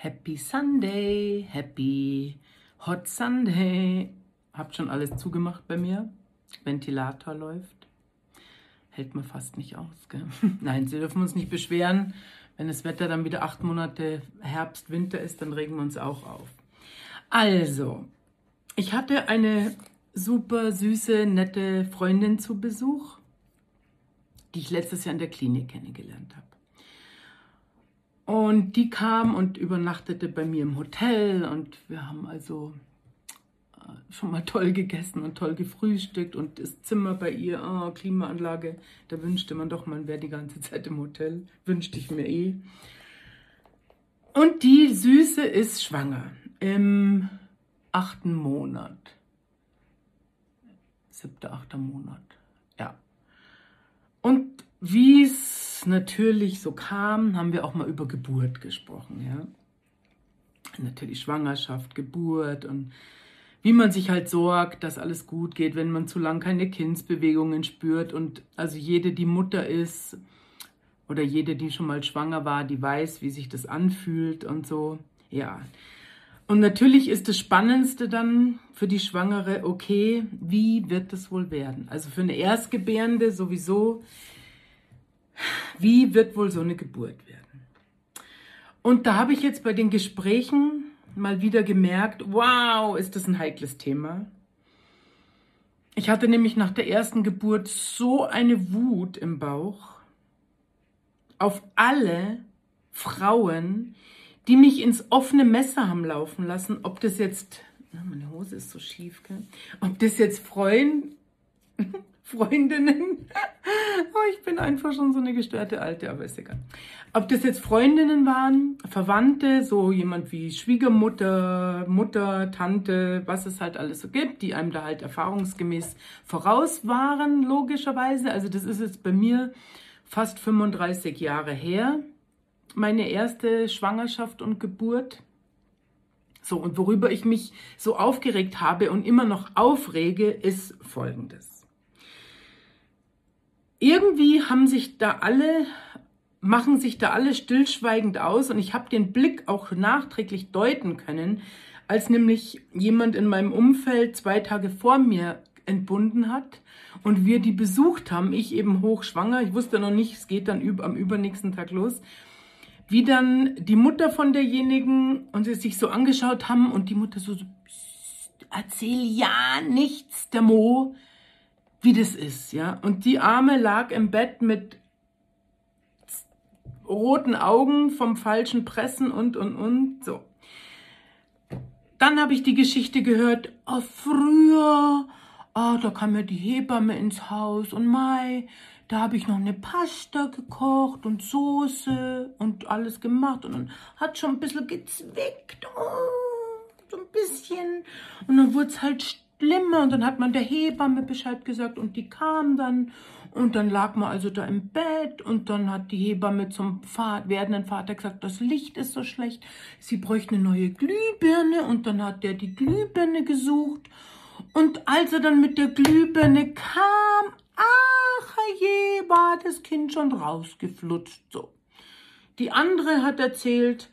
Happy Sunday, Happy Hot Sunday. Habt schon alles zugemacht bei mir. Ventilator läuft. Hält man fast nicht aus, gell? Nein, Sie dürfen uns nicht beschweren. Wenn das Wetter dann wieder 8 Monate Herbst, Winter ist, dann regen wir uns auch auf. Also, ich hatte eine super süße, nette Freundin zu Besuch, die ich letztes Jahr in der Klinik kennengelernt habe. Und die kam und übernachtete bei mir im Hotel und wir haben also schon mal toll gegessen und toll gefrühstückt und das Zimmer bei ihr, Klimaanlage, da wünschte man doch, man wäre die ganze Zeit im Hotel, wünschte ich mir eh. Und die Süße ist schwanger im 8. Monat, 7., 8. Monat, ja. Und wie es natürlich so kam, haben wir auch mal über Geburt gesprochen, ja. Natürlich Schwangerschaft, Geburt und wie man sich halt sorgt, dass alles gut geht, wenn man zu lang keine Kindsbewegungen spürt. Und also jede, die Mutter ist oder jede, die schon mal schwanger war, die weiß, wie sich das anfühlt und so, ja. Und natürlich ist das Spannendste dann für die Schwangere, okay, wie wird das wohl werden? Also für eine Erstgebärende sowieso, wie wird wohl so eine Geburt werden? Und da habe ich jetzt bei den Gesprächen mal wieder gemerkt, wow, ist das ein heikles Thema. Ich hatte nämlich nach der ersten Geburt so eine Wut im Bauch auf alle Frauen, die mich ins offene Messer haben laufen lassen, ob das jetzt, meine Hose ist so schief, gell? Ob das jetzt Freundinnen, ich bin einfach schon so eine gestörte Alte, aber ist egal. Ob das jetzt Freundinnen waren, Verwandte, so jemand wie Schwiegermutter, Mutter, Tante, was es halt alles so gibt, die einem da halt erfahrungsgemäß voraus waren, logischerweise. Also das ist jetzt bei mir fast 35 Jahre her, meine erste Schwangerschaft und Geburt. So, und worüber ich mich so aufgeregt habe und immer noch aufrege, ist Folgendes. Irgendwie machen sich da alle stillschweigend aus und ich habe den Blick auch nachträglich deuten können, als nämlich jemand in meinem Umfeld 2 Tage vor mir entbunden hat und wir die besucht haben, ich eben hochschwanger, ich wusste noch nicht, es geht dann am übernächsten Tag los, wie dann die Mutter von derjenigen und sie sich so angeschaut haben und die Mutter so, erzähl ja nichts, der Mo, wie das ist, ja. Und die Arme lag im Bett mit roten Augen vom falschen Pressen und, so. Dann habe ich die Geschichte gehört, früher, da kam ja die Hebamme ins Haus und da habe ich noch eine Pasta gekocht und Soße und alles gemacht und dann hat schon ein bisschen gezwickt, so ein bisschen. Und dann wurde es halt schlimmer und dann hat man der Hebamme Bescheid gesagt und die kam dann und dann lag man also da im Bett und dann hat die Hebamme zum werdenden Vater gesagt, das Licht ist so schlecht, sie bräuchte eine neue Glühbirne und dann hat der die Glühbirne gesucht und als er dann mit der Glühbirne kam, ach je, war das Kind schon rausgeflutscht, so. Die andere hat erzählt,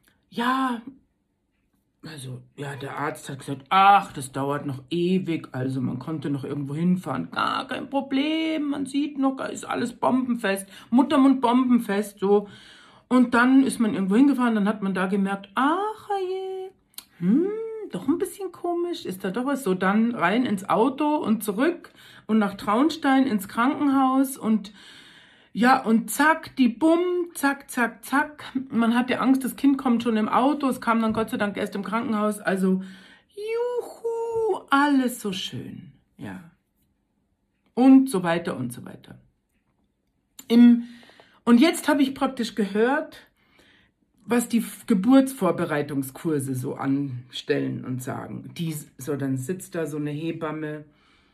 der Arzt hat gesagt, ach, das dauert noch ewig, also man konnte noch irgendwo hinfahren, gar kein Problem, man sieht noch, da ist alles bombenfest, Muttermund bombenfest, so. Und dann ist man irgendwo hingefahren, dann hat man da gemerkt, ach je, doch ein bisschen komisch, ist da doch was, so dann rein ins Auto und zurück und nach Traunstein ins Krankenhaus und ja, und zack, die Bumm, zack, zack, zack. Man hatte Angst, das Kind kommt schon im Auto. Es kam dann Gott sei Dank erst im Krankenhaus. Also, juhu, alles so schön. Ja. Und so weiter und so weiter. Und jetzt habe ich praktisch gehört, was die Geburtsvorbereitungskurse so anstellen und sagen. Dann sitzt da so eine Hebamme,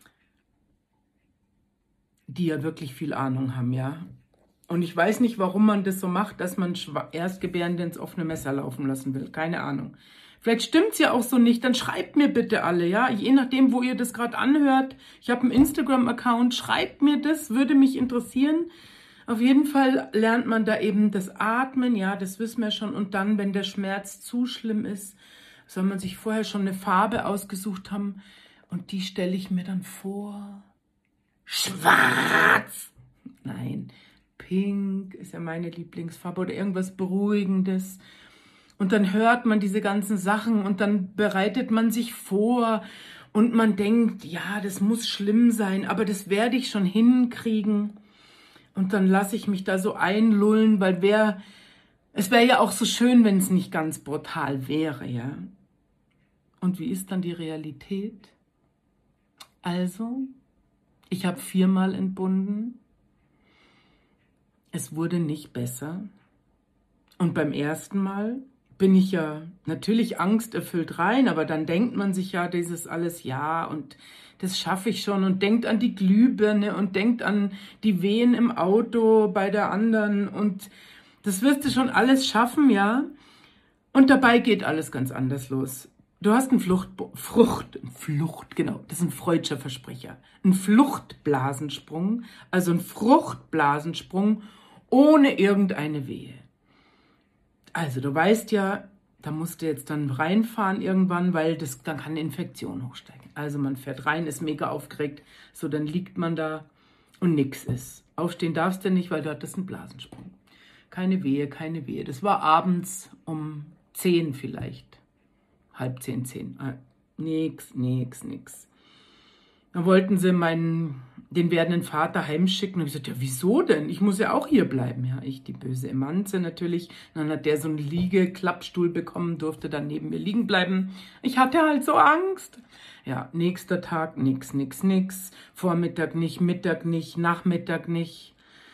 die ja wirklich viel Ahnung haben, ja. Und ich weiß nicht, warum man das so macht, dass man Erstgebärende ins offene Messer laufen lassen will. Keine Ahnung. Vielleicht stimmt's ja auch so nicht. Dann schreibt mir bitte alle, ja. Je nachdem, wo ihr das gerade anhört. Ich habe einen Instagram-Account. Schreibt mir das, würde mich interessieren. Auf jeden Fall lernt man da eben das Atmen, ja, das wissen wir schon. Und dann, wenn der Schmerz zu schlimm ist, soll man sich vorher schon eine Farbe ausgesucht haben. Und die stelle ich mir dann vor. Schwarz! Nein, pink ist ja meine Lieblingsfarbe oder irgendwas Beruhigendes. Und dann hört man diese ganzen Sachen und dann bereitet man sich vor und man denkt, ja, das muss schlimm sein, aber das werde ich schon hinkriegen. Und dann lasse ich mich da so einlullen, weil es wäre ja auch so schön, wenn es nicht ganz brutal wäre, ja. Und wie ist dann die Realität? Also, ich habe 4-mal entbunden. Es wurde nicht besser. Und beim ersten Mal bin ich ja natürlich angsterfüllt rein, aber dann denkt man sich ja dieses alles, ja, und das schaffe ich schon und denkt an die Glühbirne und denkt an die Wehen im Auto bei der anderen und das wirst du schon alles schaffen, ja. Und dabei geht alles ganz anders los. Du hast einen genau, das ist ein freudscher Versprecher, ein Fluchtblasensprung, also ein Fruchtblasensprung ohne irgendeine Wehe. Also du weißt ja, da musst du jetzt dann reinfahren irgendwann, weil dann kann eine Infektion hochsteigen. Also man fährt rein, ist mega aufgeregt, so dann liegt man da und nix ist. Aufstehen darfst du nicht, weil du hattest einen Blasensprung. Keine Wehe, keine Wehe. Das war abends um 10 vielleicht, 9:30, 10. Nix. Dann wollten sie den werdenden Vater heimschicken. Und ich gesagt, ja, wieso denn? Ich muss ja auch hier bleiben. Ja, ich, die böse Emanze natürlich. Und dann hat der so einen Liegeklappstuhl bekommen, durfte dann neben mir liegen bleiben. Ich hatte halt so Angst. Ja, nächster Tag, nix. Vormittag nicht, Mittag nicht, Nachmittag nicht.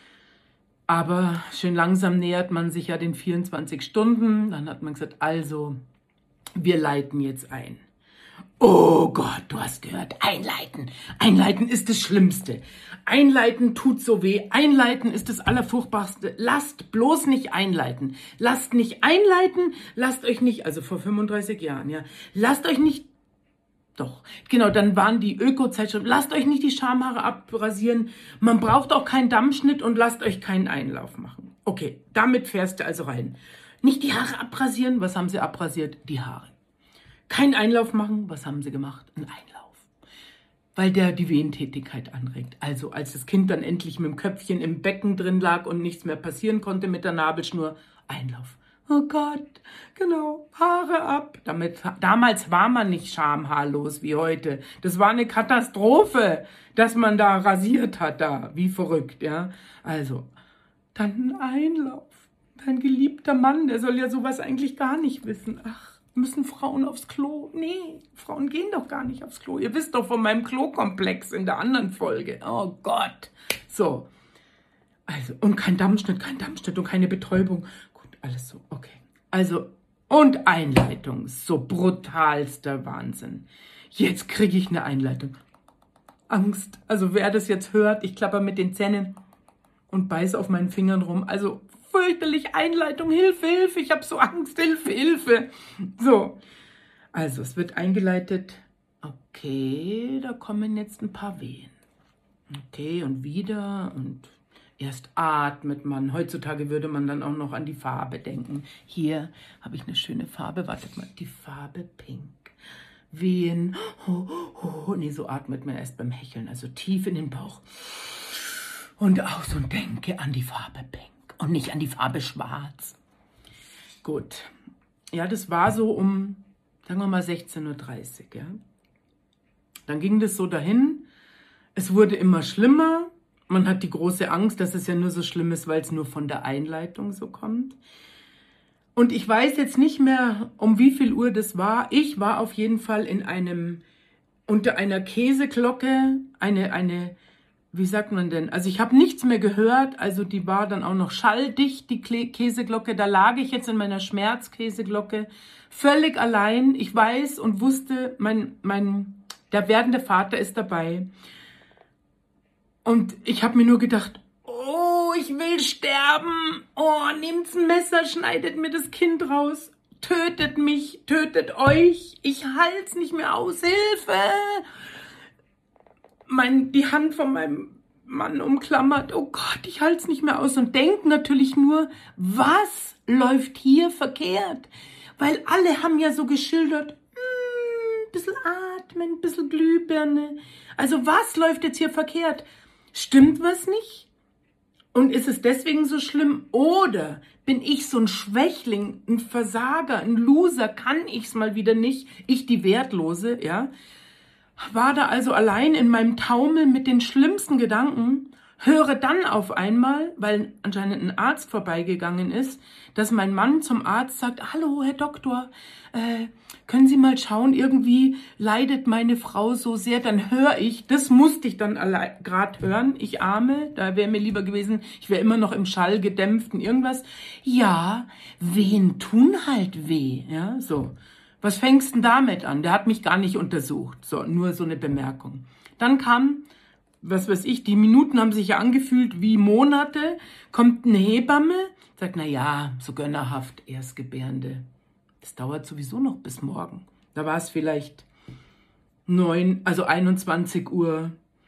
Aber schön langsam nähert man sich ja den 24 Stunden. Dann hat man gesagt, also, wir leiten jetzt ein. Oh Gott, du hast gehört, einleiten. Einleiten ist das Schlimmste. Einleiten tut so weh. Einleiten ist das Allerfurchtbarste. Lasst bloß nicht einleiten. Lasst nicht einleiten. Lasst euch nicht, also vor 35 Jahren, ja. Lasst euch nicht, doch, genau, dann waren die Öko-Zeitschriften. Lasst euch nicht die Schamhaare abrasieren. Man braucht auch keinen Dammschnitt und lasst euch keinen Einlauf machen. Okay, damit fährst du also rein. Nicht die Haare abrasieren. Was haben sie abrasiert? Die Haare. Kein Einlauf machen, was haben sie gemacht? Ein Einlauf. Weil der die Wehentätigkeit anregt. Also als das Kind dann endlich mit dem Köpfchen im Becken drin lag und nichts mehr passieren konnte mit der Nabelschnur, Einlauf. Oh Gott, genau, Haare ab. Damals war man nicht schamhaarlos wie heute. Das war eine Katastrophe, dass man da rasiert hat, da, wie verrückt, ja. Also, dann ein Einlauf. Dein geliebter Mann, der soll ja sowas eigentlich gar nicht wissen. Ach. Müssen Frauen aufs Klo? Nee, Frauen gehen doch gar nicht aufs Klo. Ihr wisst doch von meinem Klokomplex in der anderen Folge. Oh Gott. So. Also, und kein Dammschnitt und keine Betäubung. Gut, alles so, okay. Also, und Einleitung. So brutalster Wahnsinn. Jetzt kriege ich eine Einleitung. Angst. Also, wer das jetzt hört, ich klapper mit den Zähnen und beiße auf meinen Fingern rum. Also, fürchterlich, Einleitung, Hilfe, ich habe so Angst, Hilfe. So, also es wird eingeleitet. Okay, da kommen jetzt ein paar Wehen. Okay, und wieder und erst atmet man. Heutzutage würde man dann auch noch an die Farbe denken. Hier habe ich eine schöne Farbe, wartet mal, die Farbe Pink. Wehen, nee, so atmet man erst beim Hecheln, also tief in den Bauch. Und aus und denke an die Farbe Pink. Und nicht an die Farbe Schwarz. Gut. Ja, das war so um, sagen wir mal, 16:30 Uhr. Ja. Dann ging das so dahin. Es wurde immer schlimmer. Man hat die große Angst, dass es ja nur so schlimm ist, weil es nur von der Einleitung so kommt. Und ich weiß jetzt nicht mehr, um wie viel Uhr das war. Ich war auf jeden Fall unter einer Käseglocke, wie sagt man denn? Also ich habe nichts mehr gehört, also die war dann auch noch schalldicht, die Käseglocke. Da lag ich jetzt in meiner Schmerzkäseglocke, völlig allein. Ich weiß und wusste, der werdende Vater ist dabei. Und ich habe mir nur gedacht, oh, ich will sterben. Oh, nehmt ein Messer, schneidet mir das Kind raus. Tötet mich, tötet euch. Ich halt's nicht mehr aus. Hilfe! Die Hand von meinem Mann umklammert. Oh Gott, ich halte es nicht mehr aus und denke natürlich nur, was läuft hier verkehrt? Weil alle haben ja so geschildert, bisschen atmen, bisschen Glühbirne. Also was läuft jetzt hier verkehrt? Stimmt was nicht? Und ist es deswegen so schlimm? Oder bin ich so ein Schwächling, ein Versager, ein Loser? Kann ich's mal wieder nicht? Ich, die Wertlose, ja? War da also allein in meinem Taumel mit den schlimmsten Gedanken, höre dann auf einmal, weil anscheinend ein Arzt vorbeigegangen ist, dass mein Mann zum Arzt sagt, hallo, Herr Doktor, können Sie mal schauen, irgendwie leidet meine Frau so sehr, dann höre ich, das musste ich dann gerade hören, ich Arme, da wäre mir lieber gewesen, ich wäre immer noch im Schall gedämpften irgendwas. Ja, Wehen tun halt weh, ja, so. Was fängst denn damit an? Der hat mich gar nicht untersucht, so, nur so eine Bemerkung. Dann kam, was weiß ich, die Minuten haben sich ja angefühlt wie Monate, kommt eine Hebamme, sagt, na ja, so gönnerhaft, Erstgebärende. Das dauert sowieso noch bis morgen. Da war es vielleicht 21 Uhr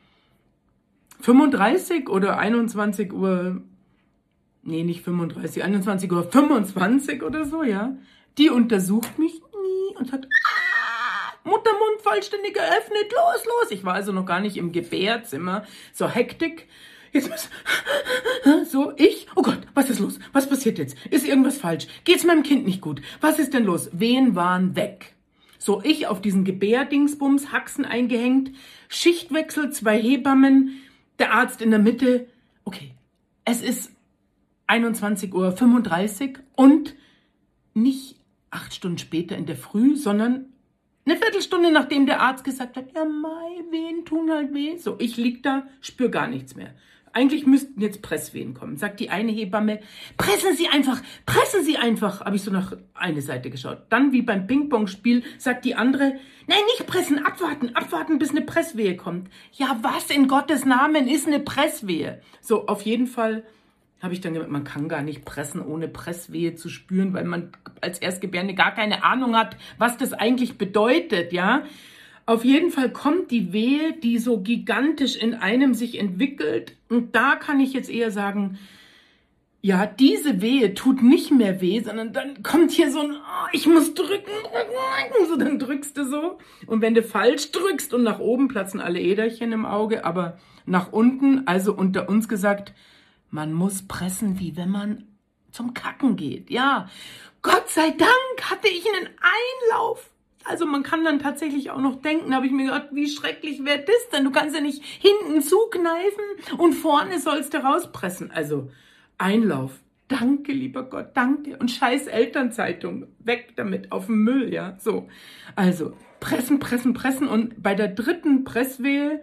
35 oder 21 Uhr, nee, nicht 35, 21 Uhr 25 oder so, ja. Die untersucht mich und sagt, Muttermund vollständig geöffnet, los. Ich war also noch gar nicht im Gebärzimmer, so Hektik. Jetzt so, oh Gott, was ist los? Was passiert jetzt? Ist irgendwas falsch? Geht's meinem Kind nicht gut? Was ist denn los? Wehen waren weg. So, ich auf diesen Gebärdingsbums, Haxen eingehängt, Schichtwechsel, 2 Hebammen, der Arzt in der Mitte. Okay, es ist 21:35 Uhr und nicht 8 Stunden später in der Früh, sondern eine Viertelstunde, nachdem der Arzt gesagt hat, ja mei, Wehen tun halt weh. So, ich lieg da, spür gar nichts mehr. Eigentlich müssten jetzt Presswehen kommen. Sagt die eine Hebamme, pressen Sie einfach. Habe ich so nach eine Seite geschaut. Dann, wie beim Ping-Pong-Spiel, sagt die andere, nein, nicht pressen, abwarten, bis eine Presswehe kommt. Ja, was in Gottes Namen ist eine Presswehe? So, auf jeden Fall habe ich dann gemerkt, man kann gar nicht pressen, ohne Presswehe zu spüren, weil man als Erstgebärende gar keine Ahnung hat, was das eigentlich bedeutet, ja. Auf jeden Fall kommt die Wehe, die so gigantisch in einem sich entwickelt. Und da kann ich jetzt eher sagen, ja, diese Wehe tut nicht mehr weh, sondern dann kommt hier so ein, ich muss drücken, so dann drückst du so. Und wenn du falsch drückst und nach oben platzen alle Äderchen im Auge, aber nach unten, also unter uns gesagt, man muss pressen, wie wenn man zum Kacken geht. Ja, Gott sei Dank hatte ich einen Einlauf. Also man kann dann tatsächlich auch noch denken, habe ich mir gedacht, wie schrecklich wäre das denn? Du kannst ja nicht hinten zukneifen und vorne sollst du rauspressen. Also Einlauf. Danke, lieber Gott, danke. Und scheiß Elternzeitung, weg damit, auf den Müll, ja. So, also pressen. Und bei der 3. Presswehe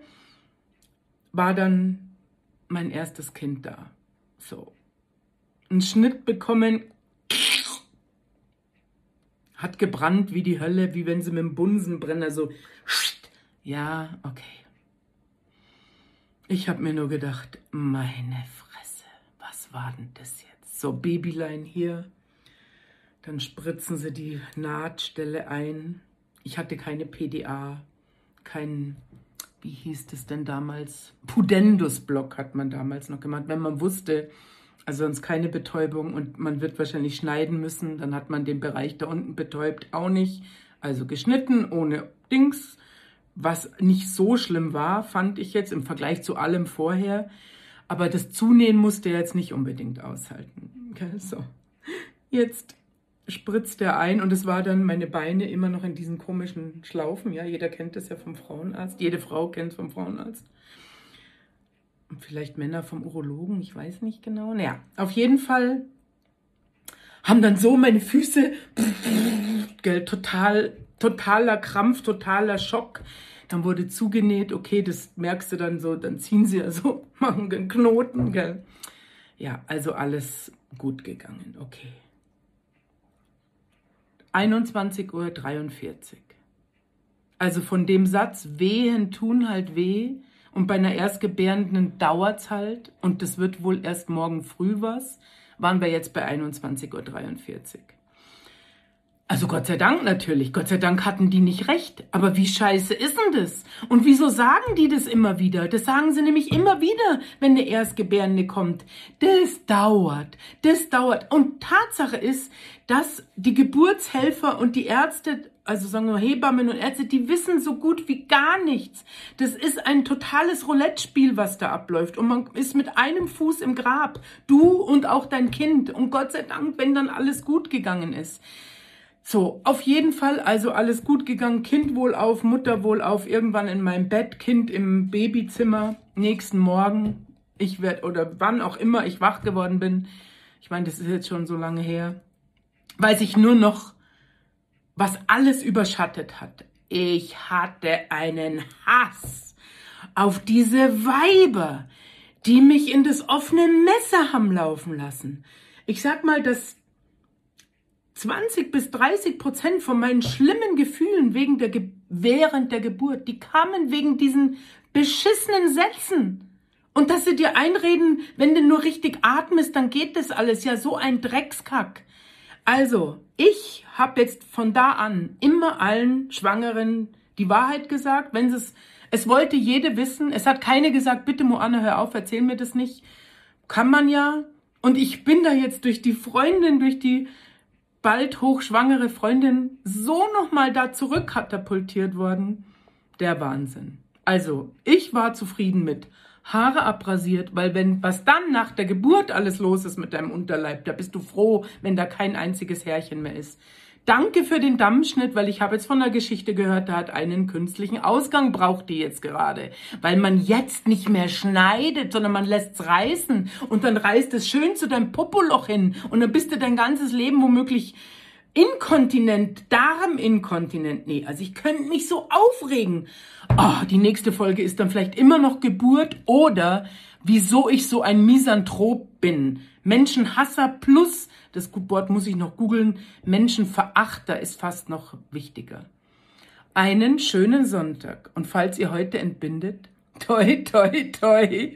war dann mein erstes Kind da. So, einen Schnitt bekommen, hat gebrannt wie die Hölle, wie wenn sie mit dem Bunsenbrenner so, ja, okay. Ich habe mir nur gedacht, meine Fresse, was war denn das jetzt? So, Babylein hier, dann spritzen sie die Nahtstelle ein. Ich hatte keine PDA, kein, wie hieß das denn damals? Pudendusblock hat man damals noch gemacht, wenn man wusste, also sonst keine Betäubung und man wird wahrscheinlich schneiden müssen, dann hat man den Bereich da unten betäubt, auch nicht. Also geschnitten, ohne Dings, was nicht so schlimm war, fand ich jetzt im Vergleich zu allem vorher. Aber das Zunähen musste er jetzt nicht unbedingt aushalten. Okay, so, jetzt spritzt er ein und es war dann meine Beine immer noch in diesen komischen Schlaufen. Ja, jeder kennt das ja vom Frauenarzt, jede Frau kennt es vom Frauenarzt. Vielleicht Männer vom Urologen, ich weiß nicht genau. Naja, auf jeden Fall haben dann so meine Füße, totaler Krampf, totaler Schock. Dann wurde zugenäht, okay, das merkst du dann so, dann ziehen sie ja so, machen einen Knoten, gell. Ja, also alles gut gegangen, okay. 21:43 Uhr. Also von dem Satz, Wehen tun halt weh, und bei einer Erstgebärenden dauert's halt, und das wird wohl erst morgen früh was, waren wir jetzt bei 21:43 Uhr. Also Gott sei Dank natürlich. Gott sei Dank hatten die nicht recht. Aber wie scheiße ist denn das? Und wieso sagen die das immer wieder? Das sagen sie nämlich immer wieder, wenn eine Erstgebärende kommt. Das dauert. Das dauert. Und Tatsache ist, dass die Geburtshelfer und die Ärzte, also sagen wir Hebammen und Ärzte, die wissen so gut wie gar nichts. Das ist ein totales Roulette-Spiel, was da abläuft. Und man ist mit einem Fuß im Grab. Du und auch dein Kind. Und Gott sei Dank, wenn dann alles gut gegangen ist. So, auf jeden Fall, also alles gut gegangen, Kind wohlauf, Mutter wohlauf, irgendwann in meinem Bett, Kind im Babyzimmer, nächsten Morgen, oder wann auch immer ich wach geworden bin, ich meine, das ist jetzt schon so lange her, weiß ich nur noch, was alles überschattet hat. Ich hatte einen Hass auf diese Weiber, die mich in das offene Messer haben laufen lassen. Ich sag mal, dass 20-30% von meinen schlimmen Gefühlen während der Geburt, die kamen wegen diesen beschissenen Sätzen. Und dass sie dir einreden, wenn du nur richtig atmest, dann geht das alles. Ja, so ein Dreckskack. Also, ich habe jetzt von da an immer allen Schwangeren die Wahrheit gesagt. Es wollte jede wissen. Es hat keine gesagt, bitte Moana, hör auf, erzähl mir das nicht. Kann man ja. Und ich bin da jetzt durch die Freundin, durch die bald hochschwangere Freundin so nochmal da zurückkatapultiert worden. Der Wahnsinn. Also, ich war zufrieden mit Haare abrasiert, weil was dann nach der Geburt alles los ist mit deinem Unterleib, da bist du froh, wenn da kein einziges Härchen mehr ist. Danke für den Dammschnitt, weil ich habe jetzt von der Geschichte gehört, da hat einen künstlichen Ausgang, braucht die jetzt gerade. Weil man jetzt nicht mehr schneidet, sondern man lässt's reißen und dann reißt es schön zu deinem Popoloch hin und dann bist du dein ganzes Leben womöglich inkontinent, Darminkontinent. Nee, also ich könnte mich so aufregen. Oh, die nächste Folge ist dann vielleicht immer noch Geburt oder wieso ich so ein Misanthrop bin. Menschenhasser plus, das Wort muss ich noch googeln, Menschenverachter ist fast noch wichtiger. Einen schönen Sonntag und falls ihr heute entbindet, toi, toi, toi.